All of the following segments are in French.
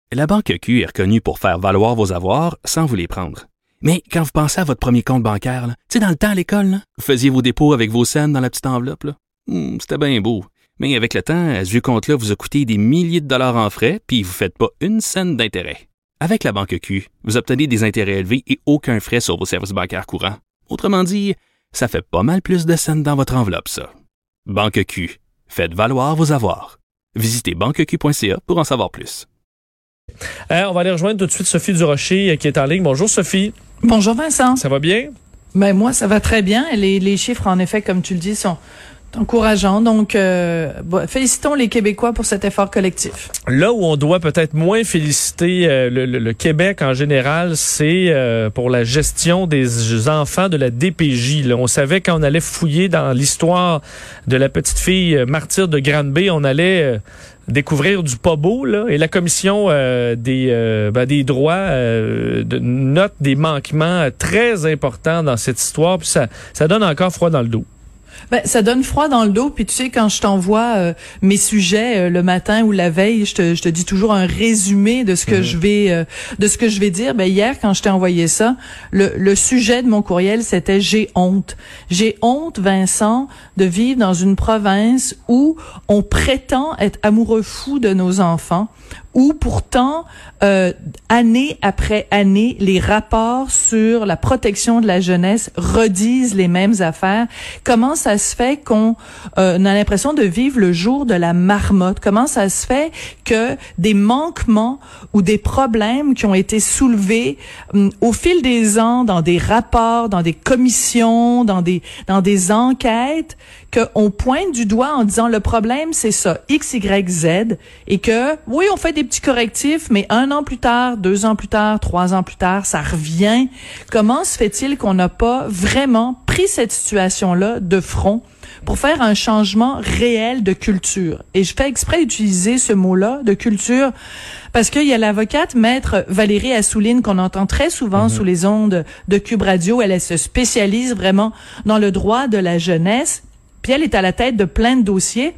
La Banque Q est reconnue pour faire valoir vos avoirs sans vous les prendre. Mais quand vous pensez à votre premier compte bancaire, tu sais, dans le temps à l'école, là, vous faisiez vos dépôts avec vos scènes dans la petite enveloppe. Là. C'était bien beau. Mais avec le temps, ce vieux compte-là vous a coûté des milliers de dollars en frais, puis vous ne faites pas une scène d'intérêt. Avec la Banque Q, vous obtenez des intérêts élevés et aucun frais sur vos services bancaires courants. Autrement dit, ça fait pas mal plus de scènes dans votre enveloppe, ça. Banque Q. Faites valoir vos avoirs. Visitez banqueq.ca pour en savoir plus. On va aller rejoindre tout de suite Sophie Durocher qui est en ligne. Bonjour Sophie. Bonjour Vincent. Ça va bien? Ben moi, ça va très bien. Les chiffres, en effet, comme tu le dis, sont encourageants. Donc, félicitons les Québécois pour cet effort collectif. Là où on doit peut-être moins féliciter le Québec en général, c'est pour la gestion des enfants de la DPJ. Là, on savait quand on allait fouiller dans l'histoire de la petite fille martyre de Granby, on allait découvrir du pas beau, là, et la commission des droits note des manquements très importants dans cette histoire, puis ça donne encore froid dans le dos. Ben, ça donne froid dans le dos, puis tu sais, quand je t'envoie mes sujets le matin ou la veille, je te dis toujours un résumé de ce que je vais dire. Ben hier, quand je t'ai envoyé ça, le sujet de mon courriel, c'était j'ai honte. J'ai honte, Vincent, de vivre dans une province où on prétend être amoureux fou de nos enfants, où pourtant, année après année, les rapports sur la protection de la jeunesse redisent les mêmes affaires. Comment ça se fait qu'on a l'impression de vivre le jour de la marmotte? Comment ça se fait que des manquements ou des problèmes qui ont été soulevés au fil des ans dans des rapports, dans des commissions, dans des enquêtes, qu'on pointe du doigt en disant le problème c'est ça, X, Y, Z, et que oui, on fait des petits correctifs, mais 1 an plus tard, 2 ans plus tard, 3 ans plus tard, ça revient. Comment se fait-il qu'on n'a pas vraiment pris cette situation-là de front pour faire un changement réel de culture? Et je fais exprès d'utiliser ce mot-là, de culture, parce qu'il y a l'avocate maître Valérie Assouline qu'on entend très souvent sous les ondes de Cube Radio. Elle se spécialise vraiment dans le droit de la jeunesse. Puis elle est à la tête de plein de dossiers.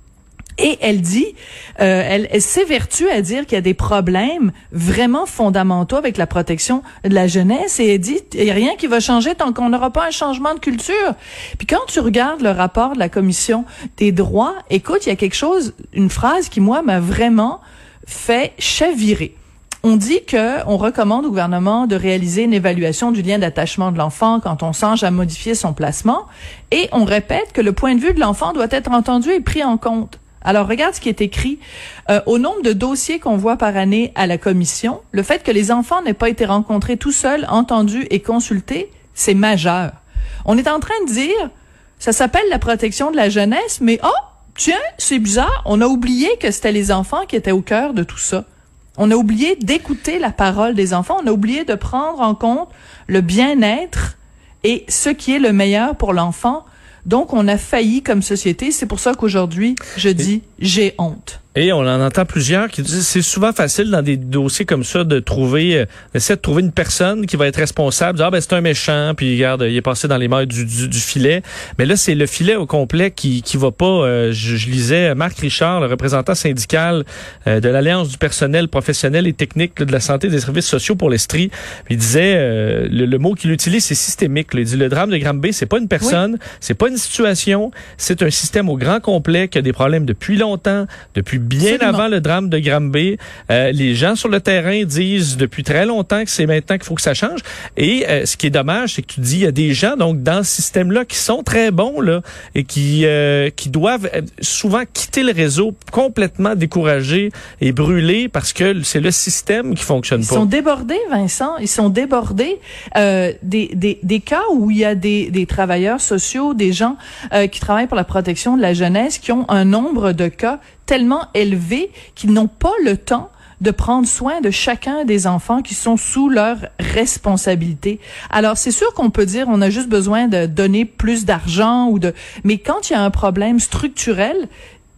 Et elle dit, elle s'évertue à dire qu'il y a des problèmes vraiment fondamentaux avec la protection de la jeunesse. Et elle dit, il n'y a rien qui va changer tant qu'on n'aura pas un changement de culture. Puis quand tu regardes le rapport de la Commission des droits, écoute, il y a quelque chose, une phrase qui, moi, m'a vraiment fait chavirer. On dit on recommande au gouvernement de réaliser une évaluation du lien d'attachement de l'enfant quand on songe à modifier son placement. Et on répète que le point de vue de l'enfant doit être entendu et pris en compte. Alors, regarde ce qui est écrit. Au nombre de dossiers qu'on voit par année à la commission, le fait que les enfants n'aient pas été rencontrés tout seuls, entendus et consultés, c'est majeur. On est en train de dire, ça s'appelle la protection de la jeunesse, mais tiens, c'est bizarre, on a oublié que c'était les enfants qui étaient au cœur de tout ça. On a oublié d'écouter la parole des enfants, on a oublié de prendre en compte le bien-être et ce qui est le meilleur pour l'enfant. Donc, on a failli comme société. C'est pour ça qu'aujourd'hui, je dis j'ai honte. Et on en entend plusieurs qui disent c'est souvent facile dans des dossiers comme ça de trouver, d'essayer de trouver une personne qui va être responsable. Dire, c'est un méchant, puis regarde, il est passé dans les mailles du filet. Mais là, c'est le filet au complet qui va pas. Je lisais Marc Richard, le représentant syndical de l'Alliance du personnel professionnel et technique de la santé et des services sociaux pour l'Estrie. Il disait, le mot qu'il utilise, c'est systémique. Là. Il dit le drame de Granby, c'est pas une personne, c'est pas une situation, c'est un système au grand complet qui a des problèmes depuis longtemps, depuis bien Absolument. Avant le drame de Granby. Les gens sur le terrain disent depuis très longtemps que c'est maintenant qu'il faut que ça change. Et ce qui est dommage, c'est que tu dis il y a des gens donc dans ce système-là qui sont très bons là et qui doivent souvent quitter le réseau complètement découragés et brûlés parce que c'est le système qui fonctionne pas. Ils sont débordés, Vincent. Ils sont débordés. Des cas où il y a des travailleurs sociaux, des gens qui travaillent pour la protection de la jeunesse, qui ont un nombre de cas tellement élevé qu'ils n'ont pas le temps de prendre soin de chacun des enfants qui sont sous leur responsabilité. Alors, c'est sûr qu'on peut dire on a juste besoin de donner plus d'argent mais quand il y a un problème structurel,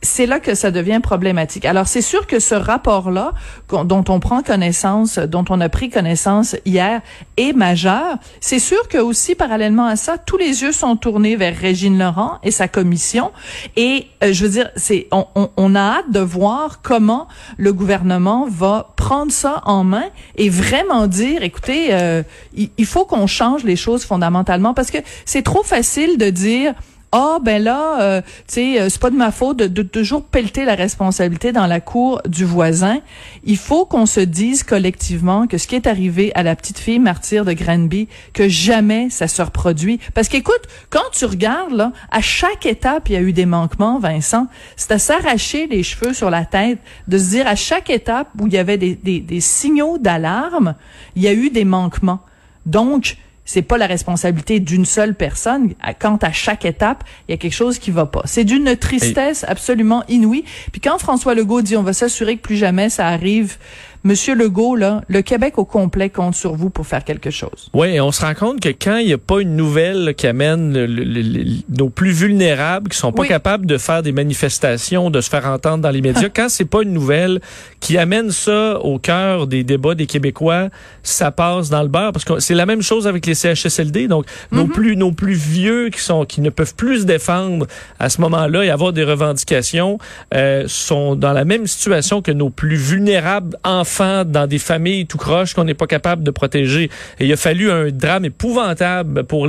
c'est là que ça devient problématique. Alors, c'est sûr que ce rapport-là, dont on prend connaissance, dont on a pris connaissance hier, est majeur. C'est sûr que aussi, parallèlement à ça, tous les yeux sont tournés vers Régine Laurent et sa commission. Et, je veux dire, on a hâte de voir comment le gouvernement va prendre ça en main et vraiment dire, écoutez, il faut qu'on change les choses fondamentalement, parce que c'est trop facile de dire, ben là, tu sais, c'est pas de ma faute de toujours pelleter la responsabilité dans la cour du voisin. Il faut qu'on se dise collectivement que ce qui est arrivé à la petite fille martyre de Granby, que jamais ça se reproduit. Parce qu'écoute, quand tu regardes, là, à chaque étape, il y a eu des manquements, Vincent. C'est à s'arracher les cheveux sur la tête, de se dire à chaque étape où il y avait des signaux d'alarme, il y a eu des manquements. Donc, c'est pas la responsabilité d'une seule personne. Quand à chaque étape, il y a quelque chose qui va pas. C'est d'une tristesse absolument inouïe. Puis quand François Legault dit on va s'assurer que plus jamais ça arrive, Monsieur Legault, là, le Québec au complet compte sur vous pour faire quelque chose. Oui, et on se rend compte que quand il n'y a pas une nouvelle là, qui amène nos plus vulnérables, qui sont pas capables de faire des manifestations, de se faire entendre dans les médias, quand c'est pas une nouvelle qui amène ça au cœur des débats des Québécois, ça passe dans le beurre. Parce que c'est la même chose avec les CHSLD. Donc, nos plus vieux qui ne peuvent plus se défendre à ce moment-là et avoir des revendications, sont dans la même situation que nos plus vulnérables enfants dans des familles tout croche qu'on n'est pas capable de protéger. Et il a fallu un drame épouvantable pour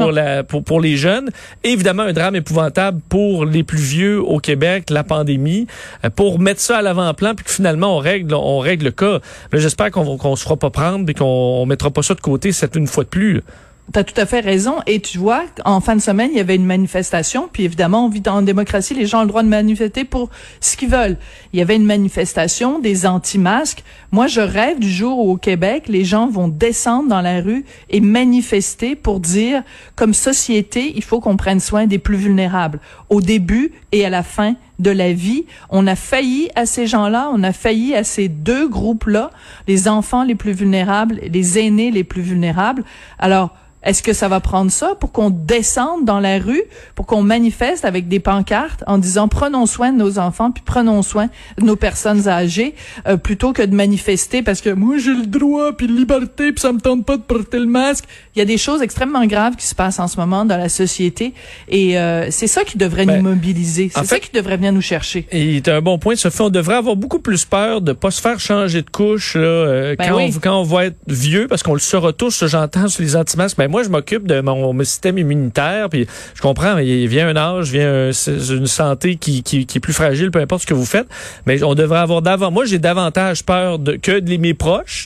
les jeunes, et évidemment un drame épouvantable pour les plus vieux au Québec, la pandémie, pour mettre ça à l'avant-plan puis que finalement on règle le cas. Là, j'espère qu'on se fera pas prendre et qu'on mettra pas ça de côté une fois de plus. T'as tout à fait raison. Et tu vois, en fin de semaine, il y avait une manifestation. Puis évidemment, on vit en démocratie, les gens ont le droit de manifester pour ce qu'ils veulent. Il y avait une manifestation des anti-masques. Moi, je rêve du jour où au Québec, les gens vont descendre dans la rue et manifester pour dire, comme société, il faut qu'on prenne soin des plus vulnérables. Au début et à la fin de la vie, on a failli à ces gens-là, on a failli à ces deux groupes-là, les enfants les plus vulnérables, les aînés les plus vulnérables. Alors, est-ce que ça va prendre ça pour qu'on descende dans la rue, pour qu'on manifeste avec des pancartes en disant prenons soin de nos enfants puis prenons soin de nos personnes âgées, plutôt que de manifester parce que moi j'ai le droit puis liberté puis ça me tente pas de porter le masque. Il y a des choses extrêmement graves qui se passent en ce moment dans la société et c'est ça qui devrait nous mobiliser. C'est ça qui devrait venir nous chercher. Et c'est un bon point. Ça fait on devrait avoir beaucoup plus peur de pas se faire changer de couche là, quand on va être vieux, parce qu'on le saura tous. J'entends sur les anti-masques. Moi, je m'occupe de mon système immunitaire, puis je comprends, mais il vient un âge, une santé qui est plus fragile, peu importe ce que vous faites, mais on devrait avoir moi, j'ai davantage peur que mes proches,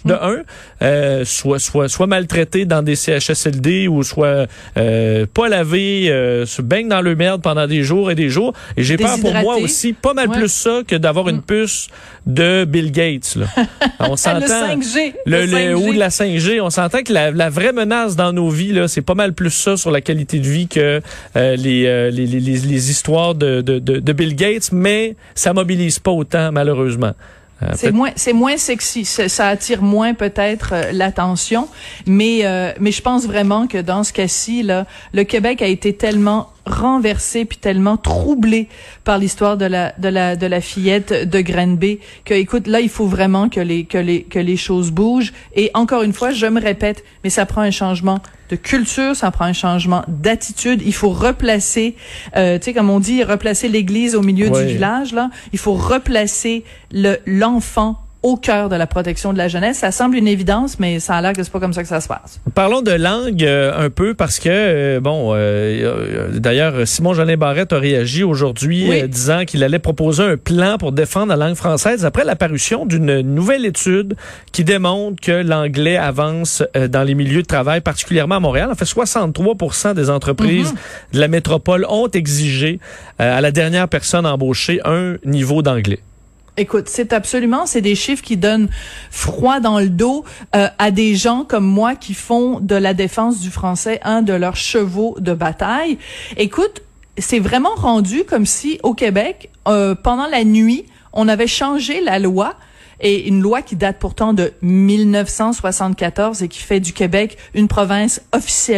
soit maltraités dans des CHSLD ou soit pas lavés, se baignent dans le merde pendant des jours et des jours. Et j'ai peur pour moi aussi, pas mal plus ça que d'avoir une puce de Bill Gates. Là. On s'entend, le 5G. Ou de la 5G, on s'entend que la vraie menace dans nos vies, là, c'est pas mal plus ça sur la qualité de vie que les histoires de Bill Gates, mais ça mobilise pas autant, malheureusement. C'est moins sexy, ça attire moins peut-être l'attention, mais je pense vraiment que dans ce cas-ci là, le Québec a été tellement renversé puis tellement troublé par l'histoire de la fillette de Granby que écoute, là il faut vraiment que les choses bougent. Et encore une fois, je me répète, mais ça prend un changement de culture, ça prend un changement d'attitude. Il faut replacer, tu sais, comme on dit, replacer l'église au milieu du village, là. Il faut replacer l'enfant au cœur de la protection de la jeunesse. Ça semble une évidence, mais ça a l'air que c'est pas comme ça que ça se passe. Parlons de langue un peu, parce que, d'ailleurs, Simon-Jolin Barrette a réagi aujourd'hui disant qu'il allait proposer un plan pour défendre la langue française après l'apparition d'une nouvelle étude qui démontre que l'anglais avance dans les milieux de travail, particulièrement à Montréal. En fait, 63% des entreprises de la métropole ont exigé à la dernière personne embauchée un niveau d'anglais. Écoute, c'est des chiffres qui donnent froid dans le dos à des gens comme moi qui font de la défense du français un de leurs chevaux de bataille. Écoute, c'est vraiment rendu comme si au Québec, pendant la nuit, on avait changé la loi. Et une loi qui date pourtant de 1974 et qui fait du Québec une province officiellement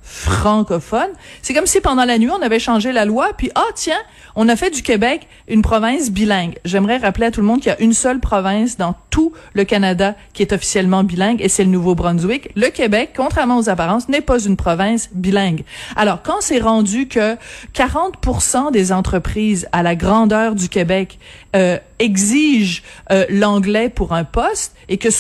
francophone. C'est comme si pendant la nuit, on avait changé la loi, puis tiens, on a fait du Québec une province bilingue. J'aimerais rappeler à tout le monde qu'il y a une seule province dans tout le Canada qui est officiellement bilingue, et c'est le Nouveau-Brunswick. Le Québec, contrairement aux apparences, n'est pas une province bilingue. Alors, quand c'est rendu que 40% des entreprises à la grandeur du Québec exigent l'anglais pour un poste, et que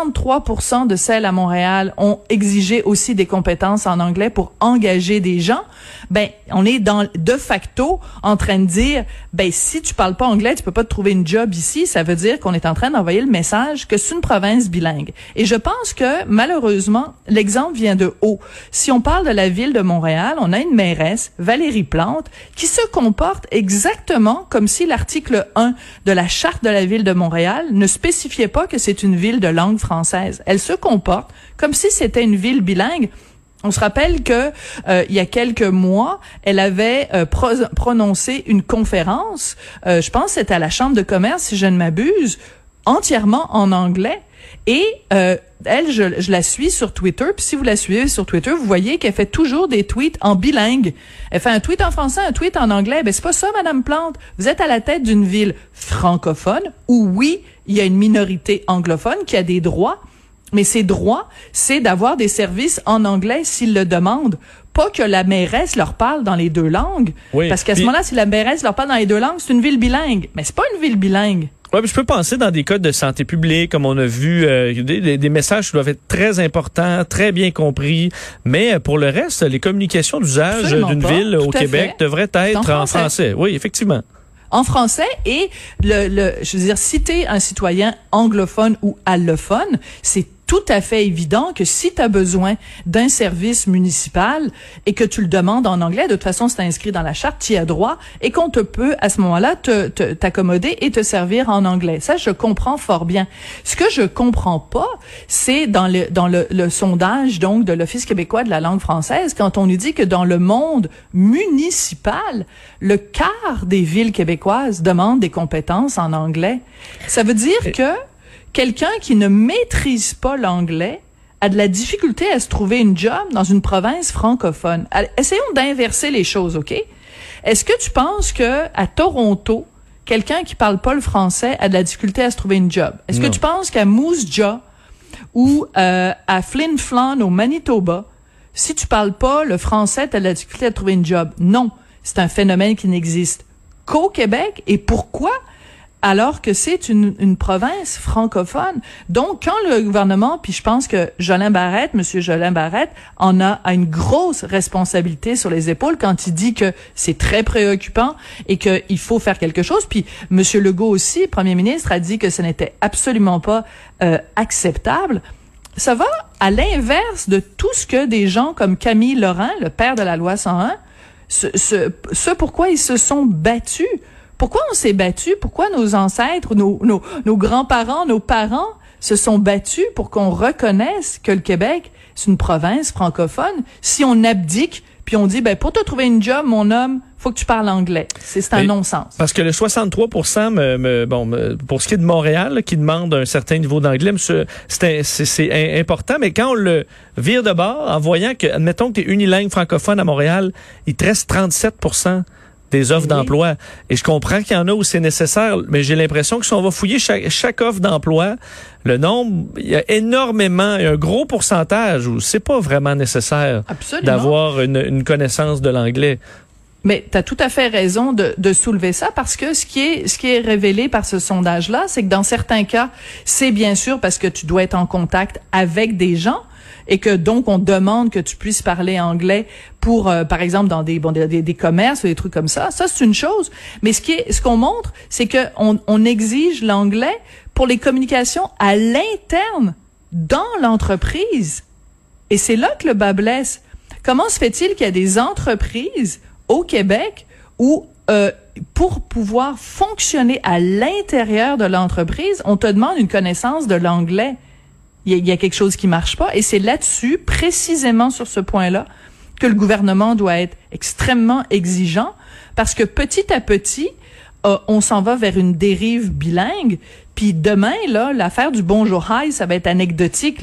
63% de celles à Montréal ont exigé aussi des compétences en anglais pour engager des gens, ben on est de facto en train de dire, ben si tu parles pas anglais, tu peux pas te trouver une job ici. Ça veut dire qu'on est en train d'envoyer le message que c'est une province bilingue. Et je pense que malheureusement, l'exemple vient de haut. Si on parle de la ville de Montréal, on a une mairesse, Valérie Plante, qui se comporte exactement comme si l'article 1 de la charte de la ville de Montréal ne spécifiait pas que c'est une ville de langue française. Elle se comporte comme si c'était une ville bilingue. On se rappelle que il y a quelques mois, elle avait prononcé une conférence, je pense que c'était à la Chambre de commerce, si je ne m'abuse, entièrement en anglais. Et elle, je la suis sur Twitter, puis si vous la suivez sur Twitter, vous voyez qu'elle fait toujours des tweets en bilingue. Elle fait un tweet en français, un tweet en anglais. Ben c'est pas ça, Madame Plante. Vous êtes à la tête d'une ville francophone où oui, il y a une minorité anglophone qui a des droits, mais ces droits, c'est d'avoir des services en anglais s'ils le demandent. Pas que la mairesse leur parle dans les deux langues. Oui, parce qu'à ce moment-là, si la mairesse leur parle dans les deux langues, c'est une ville bilingue. Mais c'est pas une ville bilingue. Oui, je peux penser dans des cas de santé publique, comme on a vu, des messages qui doivent être très importants, très bien compris. Mais pour le reste, les communications d'usage d'une ville au Québec devraient être en français. Oui, effectivement. En français, et je veux dire, si t'es un citoyen anglophone ou allophone, c'est tout à fait évident que si tu as besoin d'un service municipal et que tu le demandes en anglais, de toute façon, c'est inscrit dans la charte, tu y as droit, et qu'on te peut, à ce moment-là, t'accommoder et te servir en anglais. Ça, je comprends fort bien. Ce que je comprends pas, c'est dans le sondage, donc, de l'Office québécois de la langue française, quand on nous dit que dans le monde municipal, le quart des villes québécoises demandent des compétences en anglais. Ça veut dire que quelqu'un qui ne maîtrise pas l'anglais a de la difficulté à se trouver une job dans une province francophone. Essayons d'inverser les choses, OK? Est-ce que tu penses que à Toronto, quelqu'un qui parle pas le français a de la difficulté à se trouver une job? Est-ce que tu penses qu'à Moose Jaw ou à Flin Flon au Manitoba, si tu parles pas le français, tu as de la difficulté à trouver une job? Non, c'est un phénomène qui n'existe qu'au Québec. Et pourquoi? Alors que c'est une province francophone. Donc, quand le gouvernement, puis je pense que Monsieur Jolin Barrette, a une grosse responsabilité sur les épaules quand il dit que c'est très préoccupant et qu'il faut faire quelque chose. Puis Monsieur Legault aussi, Premier ministre, a dit que ce n'était absolument pas acceptable. Ça va à l'inverse de tout ce que des gens comme Camille Lorrain, le père de la loi 101, ce pourquoi ils se sont battus. Pourquoi on s'est battu? Pourquoi nos ancêtres, nos grands-parents, nos parents se sont battus pour qu'on reconnaisse que le Québec, c'est une province francophone? Si on abdique, puis on dit, pour te trouver une job, mon homme, faut que tu parles anglais. C'est un non-sens. Parce que le 63%, pour ce qui est de Montréal, qui demande un certain niveau d'anglais, c'est important, mais quand on le vire de bord, en voyant que, admettons que tu es unilingue francophone à Montréal, il te reste 37% des offres d'emploi. Et je comprends qu'il y en a où c'est nécessaire, mais j'ai l'impression que si on va fouiller chaque offre d'emploi, le nombre, il y a énormément, il y a un gros pourcentage où c'est pas vraiment nécessaire d'avoir une connaissance de l'anglais. Mais tu as tout à fait raison de soulever ça, parce que ce qui est révélé par ce sondage-là, c'est que dans certains cas, c'est bien sûr parce que tu dois être en contact avec des gens, et que donc on demande que tu puisses parler anglais pour par exemple dans des commerces ou des trucs comme ça. Ça, c'est une chose, mais ce qu'on montre, c'est que on exige l'anglais pour les communications à l'interne dans l'entreprise. Et c'est là que le bas blesse. Comment se fait-il qu'il y a des entreprises au Québec où pour pouvoir fonctionner à l'intérieur de l'entreprise, on te demande une connaissance de l'anglais? Il y a quelque chose qui marche pas, et c'est là-dessus, précisément sur ce point-là, que le gouvernement doit être extrêmement exigeant, parce que petit à petit, on s'en va vers une dérive bilingue, puis demain, là, l'affaire du bonjour hi, ça va être anecdotique, là,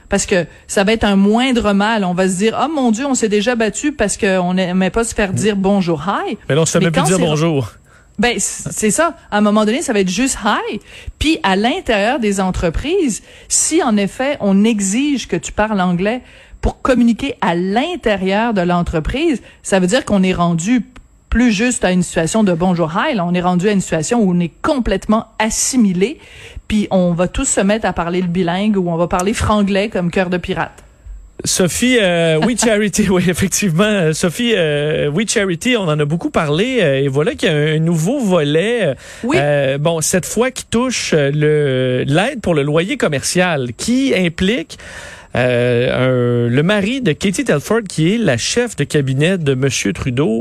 Parce que ça va être un moindre mal. On va se dire, oh mon Dieu, on s'est déjà battu parce qu'on n'aimait pas se faire dire bonjour, hi. Mais là, on se fait même plus dire bonjour. Ben, c'est ça. À un moment donné, ça va être juste hi. Puis, à l'intérieur des entreprises, si en effet, on exige que tu parles anglais pour communiquer à l'intérieur de l'entreprise, ça veut dire qu'on est rendu plus juste à une situation de bonjour hi. Là, on est rendu à une situation où on est complètement assimilé. Puis, on va tous se mettre à parler le bilingue ou on va parler franglais comme cœur de pirate. Sophie, We Charity, oui, effectivement. Sophie, We Charity, on en a beaucoup parlé et voilà qu'il y a un nouveau volet. Oui. Bon, cette fois qui touche l'aide pour le loyer commercial, qui implique le mari de Katie Telford, qui est la chef de cabinet de Monsieur Trudeau,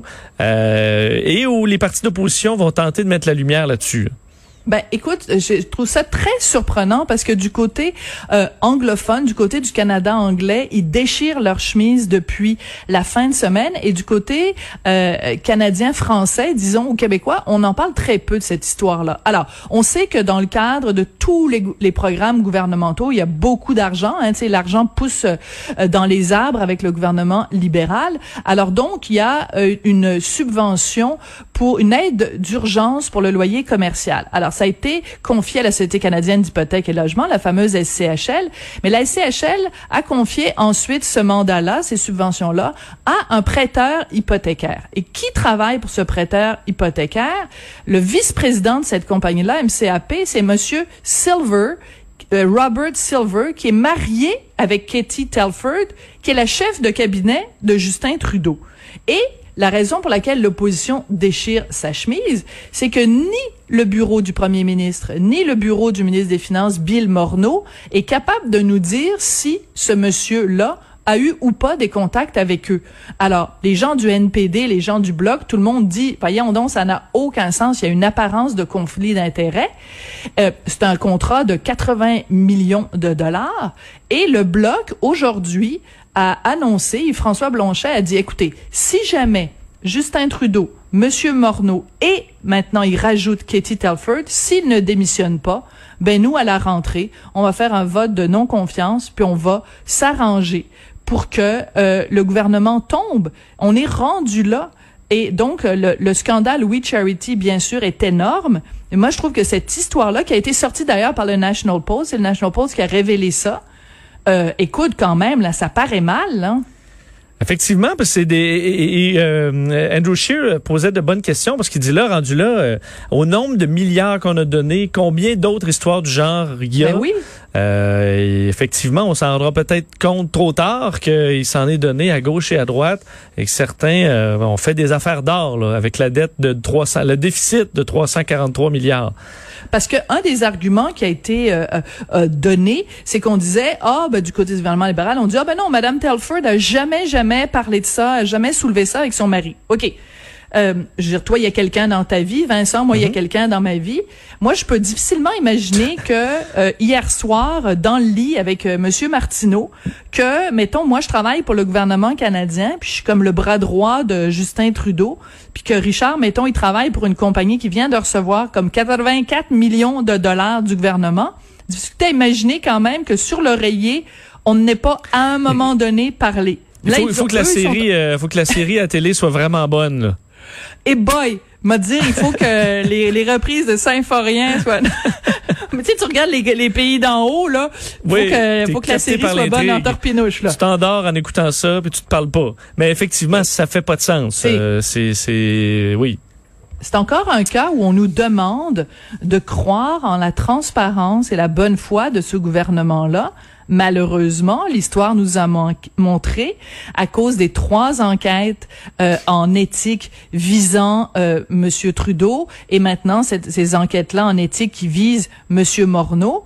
et où les partis d'opposition vont tenter de mettre la lumière là-dessus. Ben, écoute, je trouve ça très surprenant parce que du côté anglophone, du côté du Canada anglais, ils déchirent leur chemise depuis la fin de semaine, et du côté canadien-français, disons, ou québécois, on en parle très peu de cette histoire-là. Alors, on sait que dans le cadre de tous les programmes gouvernementaux, il y a beaucoup d'argent, hein, tu sais, l'argent pousse dans les arbres avec le gouvernement libéral. Alors donc, il y a une subvention pour une aide d'urgence pour le loyer commercial. Alors, ça a été confié à la Société canadienne d'hypothèques et logement, la fameuse SCHL, mais la SCHL a confié ensuite ce mandat-là, ces subventions-là, à un prêteur hypothécaire. Et qui travaille pour ce prêteur hypothécaire? Le vice-président de cette compagnie-là, MCAP, c'est Monsieur Silver, Robert Silver, qui est marié avec Katie Telford, qui est la chef de cabinet de Justin Trudeau. Et la raison pour laquelle l'opposition déchire sa chemise, c'est que ni le bureau du premier ministre, ni le bureau du ministre des Finances, Bill Morneau, est capable de nous dire si ce monsieur-là a eu ou pas des contacts avec eux. Alors, les gens du NPD, les gens du Bloc, tout le monde dit, voyons donc, ça n'a aucun sens, il y a une apparence de conflit d'intérêts. C'est un contrat de 80 millions de dollars, et le Bloc, aujourd'hui, a annoncé, François Blanchet a dit, écoutez, si jamais Justin Trudeau, Monsieur Morneau et maintenant il rajoute Katie Telford, s'ils ne démissionnent pas, ben nous, à la rentrée, on va faire un vote de non-confiance, puis on va s'arranger pour que le gouvernement tombe. On est rendu là. Et donc, le scandale We Charity, bien sûr, est énorme. Et moi, je trouve que cette histoire-là, qui a été sortie d'ailleurs par le National Post, c'est le National Post qui a révélé ça, écoute, quand même, là, ça paraît mal, hein? Effectivement, parce que c'est Andrew Scheer posait de bonnes questions parce qu'il dit là, rendu là, au nombre de milliards qu'on a donnés, combien d'autres histoires du genre il y a? Ben oui. Et effectivement, on s'en rendra peut-être compte trop tard qu'il s'en est donné à gauche et à droite et que certains ont fait des affaires d'or là, avec la dette de le déficit de 343 milliards. Parce que un des arguments qui a été donné, c'est qu'on disait du côté du gouvernement libéral, on dit non, Madame Telford a jamais parlé de ça, a jamais soulevé ça avec son mari. OK. Je veux dire, toi, il y a quelqu'un dans ta vie, Vincent, moi, il y a quelqu'un dans ma vie. Moi, je peux difficilement imaginer que hier soir, dans le lit avec Monsieur Martineau, que, mettons, moi, je travaille pour le gouvernement canadien, puis je suis comme le bras droit de Justin Trudeau, puis que Richard, mettons, il travaille pour une compagnie qui vient de recevoir comme 84 millions de dollars du gouvernement. Difficile à imaginer quand même que sur l'oreiller, on n'ait pas à un moment donné parlé. Il faut que la série à télé soit vraiment bonne, là. Et boy, m'a dire, il faut que les reprises de Symphorien soient... Mais tu sais, tu regardes les pays d'en haut, là, faut que la série soit bonne en torpinouche, là. Tu t'endors en écoutant ça, puis tu te parles pas. Mais effectivement, ça fait pas de sens. Oui. C'est encore un cas où on nous demande de croire en la transparence et la bonne foi de ce gouvernement-là. Malheureusement, l'histoire nous a montré, à cause des 3 enquêtes en éthique visant Monsieur Trudeau et maintenant ces enquêtes-là en éthique qui visent Monsieur Morneau,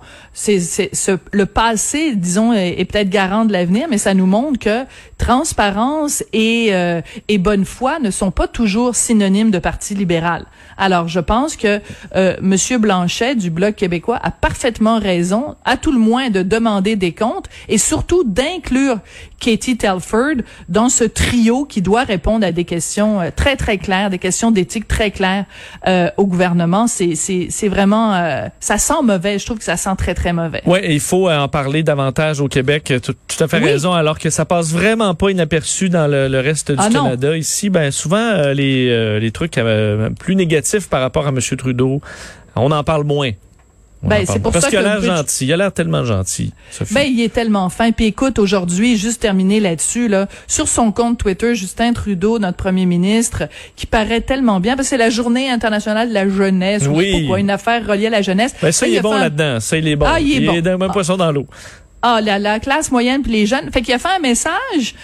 le passé, disons, est peut-être garant de l'avenir, mais ça nous montre que transparence et bonne foi ne sont pas toujours synonymes de parti libéral. Alors, je pense que Monsieur Blanchet du Bloc québécois a parfaitement raison, à tout le moins de demander des des comptes et surtout d'inclure Katie Telford dans ce trio qui doit répondre à des questions très, très claires, des questions d'éthique très claires au gouvernement. C'est vraiment... ça sent mauvais. Je trouve que ça sent très, très mauvais. Oui, il faut en parler davantage au Québec. Tout à fait raison, alors que ça passe vraiment pas inaperçu dans le reste du Canada. Non. Ici, souvent, les trucs plus négatifs par rapport à M. Trudeau, on en parle moins. C'est pour parce ça qu'il a l'air gentil. Il a l'air tellement gentil, Sophie. Il est tellement fin. Puis écoute, aujourd'hui, juste terminer là-dessus, sur son compte Twitter, Justin Trudeau, notre premier ministre, qui paraît tellement bien, parce que c'est la Journée internationale de la jeunesse. Oui. Ou pourquoi, une affaire reliée à la jeunesse. Ça, il est bon là-dedans. Ça, il est bon. Il est d'un même poisson dans l'eau. La classe moyenne puis les jeunes. Fait qu'il a fait un message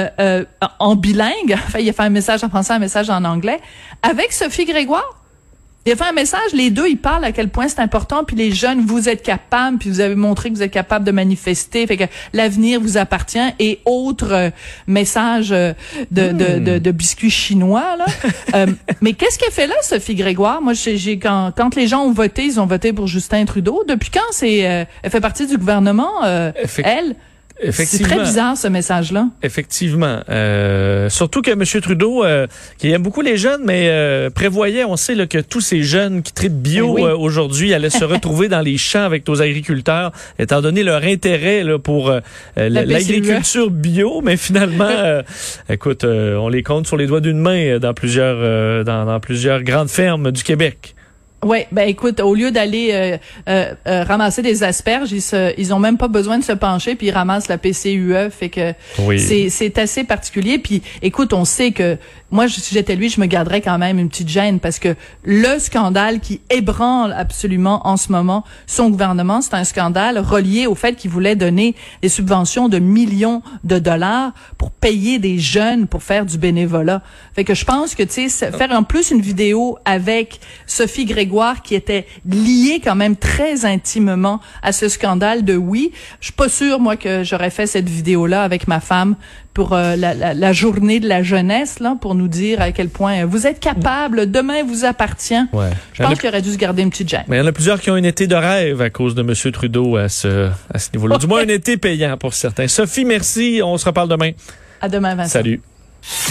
en bilingue. Enfin, il a fait un message en français, un message en anglais avec Sophie Grégoire. Il a fait un message, les deux, ils parlent à quel point c'est important, puis les jeunes, vous êtes capables, puis vous avez montré que vous êtes capables de manifester, fait que l'avenir vous appartient, et autres messages de biscuits chinois, là. Mais qu'est-ce qu'elle fait là, Sophie Grégoire? Moi, quand les gens ont voté, ils ont voté pour Justin Trudeau. Depuis quand elle fait partie du gouvernement, elle? C'est très bizarre, ce message-là. Effectivement. Surtout que M. Trudeau, qui aime beaucoup les jeunes, mais prévoyait, on sait là, que tous ces jeunes qui traitent bio aujourd'hui allaient se retrouver dans les champs avec nos agriculteurs, étant donné leur intérêt là, pour l'agriculture bio. Mais finalement, écoute, on les compte sur les doigts d'une main dans plusieurs grandes fermes du Québec. Ouais, écoute, au lieu d'aller ramasser des asperges, ils ont même pas besoin de se pencher, puis ils ramassent la PCUE, fait que c'est assez particulier. Puis écoute, on sait que moi, si j'étais lui, je me garderais quand même une petite gêne, parce que le scandale qui ébranle absolument en ce moment son gouvernement, c'est un scandale relié au fait qu'il voulait donner des subventions de millions de dollars pour payer des jeunes pour faire du bénévolat. Fait que je pense que, tu sais, faire en plus une vidéo avec Sophie Grégoire qui était liée quand même très intimement à ce scandale de oui. Je suis pas sûre, moi, que j'aurais fait cette vidéo-là avec ma femme pour la journée de la jeunesse, là, pour nous dire à quel point vous êtes capable, demain vous appartient. Ouais. Je pense qu'il aurait dû se garder une petite gêne. Mais il y en a plusieurs qui ont un été de rêve à cause de M. Trudeau à ce niveau-là. Du moins, un été payant pour certains. Sophie, merci. On se reparle demain. À demain, Vincent. Salut.